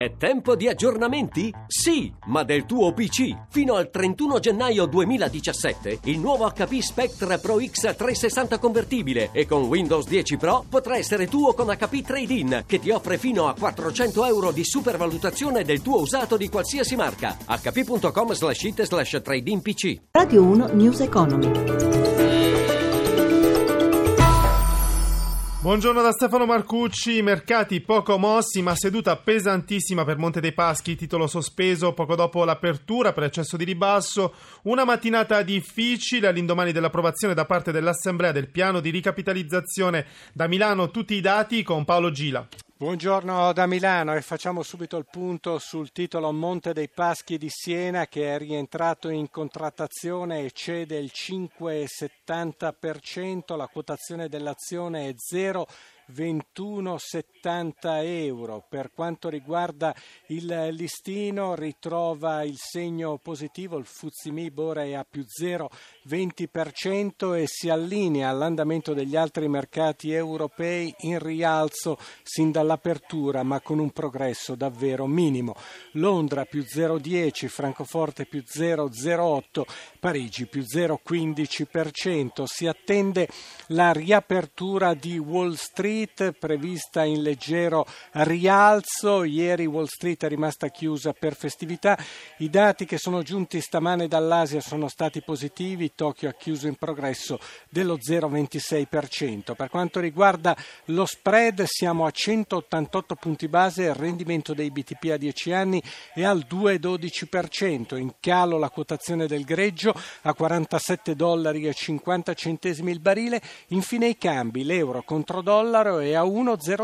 È tempo di aggiornamenti? Sì, ma del tuo PC. Fino al 31 gennaio 2017 il nuovo HP Spectre Pro X 360 convertibile e con Windows 10 Pro potrà essere tuo con HP Trade-in, che ti offre fino a 400 euro di supervalutazione del tuo usato di qualsiasi marca. hp.com/it/trade-in PC. Radio 1 News Economy. Buongiorno da Stefano Marcucci. Mercati poco mossi ma seduta pesantissima per Monte dei Paschi, titolo sospeso poco dopo l'apertura per eccesso di ribasso. Una mattinata difficile all'indomani dell'approvazione da parte dell'Assemblea del piano di ricapitalizzazione. Da Milano tutti i dati con Paolo Gila. Buongiorno da Milano e facciamo subito il punto sul titolo Monte dei Paschi di Siena, che è rientrato in contrattazione e cede il 5,70%, la quotazione dell'azione è 0,2170 euro. Per quanto riguarda il listino, ritrova il segno positivo, il FTSE MIB ora è a più 0,20% e si allinea all'andamento degli altri mercati europei in rialzo sin dall'apertura, ma con un progresso davvero minimo. Londra più 0,10, Francoforte più 0,08, Parigi più 0,15%. Si attende la riapertura di Wall Street, prevista in leggero rialzo. Ieri Wall Street è rimasta chiusa per festività. I dati che sono giunti stamane dall'Asia sono stati positivi. Tokyo ha chiuso in progresso dello 0,26%. Per quanto riguarda lo spread, siamo a 188 punti base, il rendimento dei BTP a 10 anni è al 2,12%. In calo la quotazione del greggio a $47,50 il barile. Infine i cambi, l'euro contro dollaro è a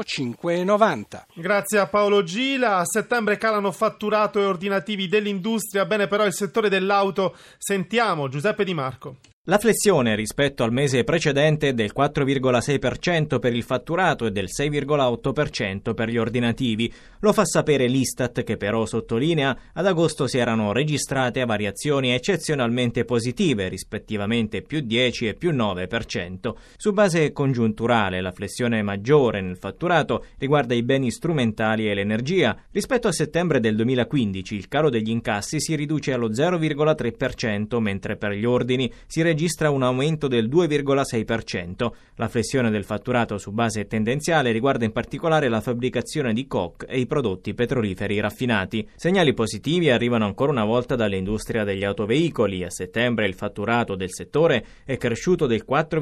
1,0590. Grazie a Paolo Gila. A settembre calano fatturato e ordinativi dell'industria, bene però il settore dell'auto. Sentiamo Giuseppe Di Marco. La flessione rispetto al mese precedente è del 4,6% per il fatturato e del 6,8% per gli ordinativi. Lo fa sapere l'Istat, che però sottolinea ad agosto si erano registrate variazioni eccezionalmente positive, rispettivamente più 10 e più 9%. Su base congiunturale la flessione maggiore nel fatturato riguarda i beni strumentali e l'energia. Rispetto a settembre del 2015 il calo degli incassi si riduce allo 0,3%, mentre per gli ordini si registra un aumento del 2,6%. La flessione del fatturato su base tendenziale riguarda in particolare la fabbricazione di coke e i prodotti petroliferi raffinati. Segnali positivi arrivano ancora una volta dall'industria degli autoveicoli. A settembre il fatturato del settore è cresciuto del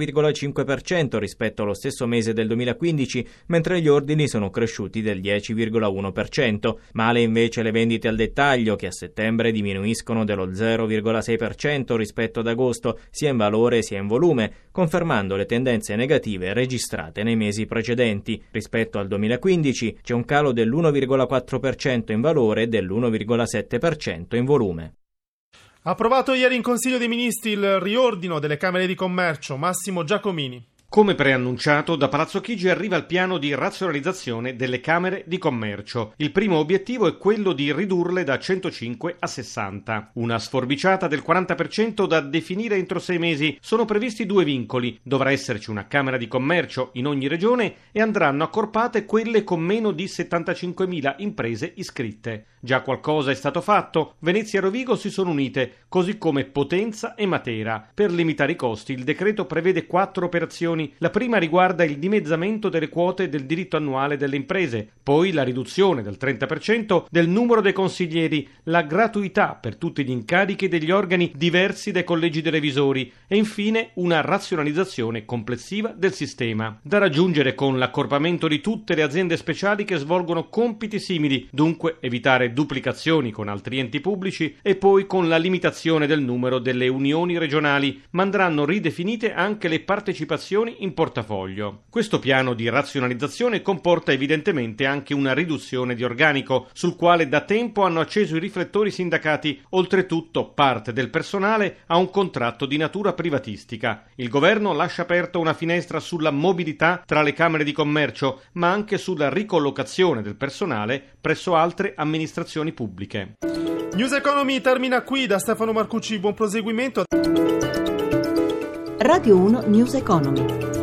4,5% rispetto allo stesso mese del 2015, mentre gli ordini sono cresciuti del 10,1%. Male invece le vendite al dettaglio, che a settembre diminuiscono dello 0,6% rispetto ad agosto, sia in valore sia in volume, confermando le tendenze negative registrate nei mesi precedenti. Rispetto al 2015 c'è un calo dell'1,4% in valore e dell'1,7% in volume. Approvato ieri in Consiglio dei Ministri il riordino delle Camere di Commercio. Massimo Giacomini. Come preannunciato, da Palazzo Chigi arriva il piano di razionalizzazione delle Camere di Commercio. Il primo obiettivo è quello di ridurle da 105 a 60. Una sforbiciata del 40% da definire entro 6 mesi. Sono previsti 2 vincoli. Dovrà esserci una Camera di Commercio in ogni regione e andranno accorpate quelle con meno di 75.000 imprese iscritte. Già qualcosa è stato fatto. Venezia e Rovigo si sono unite, così come Potenza e Matera. Per limitare i costi, il decreto prevede 4 operazioni. La prima riguarda il dimezzamento delle quote del diritto annuale delle imprese, poi la riduzione del 30% del numero dei consiglieri, la gratuità per tutti gli incarichi degli organi diversi dai collegi dei revisori e infine una razionalizzazione complessiva del sistema, da raggiungere con l'accorpamento di tutte le aziende speciali che svolgono compiti simili, dunque evitare duplicazioni con altri enti pubblici e poi con la limitazione del numero delle unioni regionali, ma andranno ridefinite anche le partecipazioni in portafoglio. Questo piano di razionalizzazione comporta evidentemente anche una riduzione di organico, sul quale da tempo hanno acceso i riflettori sindacati. Oltretutto, parte del personale ha un contratto di natura privatistica. Il governo lascia aperta una finestra sulla mobilità tra le Camere di Commercio, ma anche sulla ricollocazione del personale presso altre amministrazioni pubbliche. News Economy termina qui. Da Stefano Marcucci buon proseguimento. Radio 1 News Economy.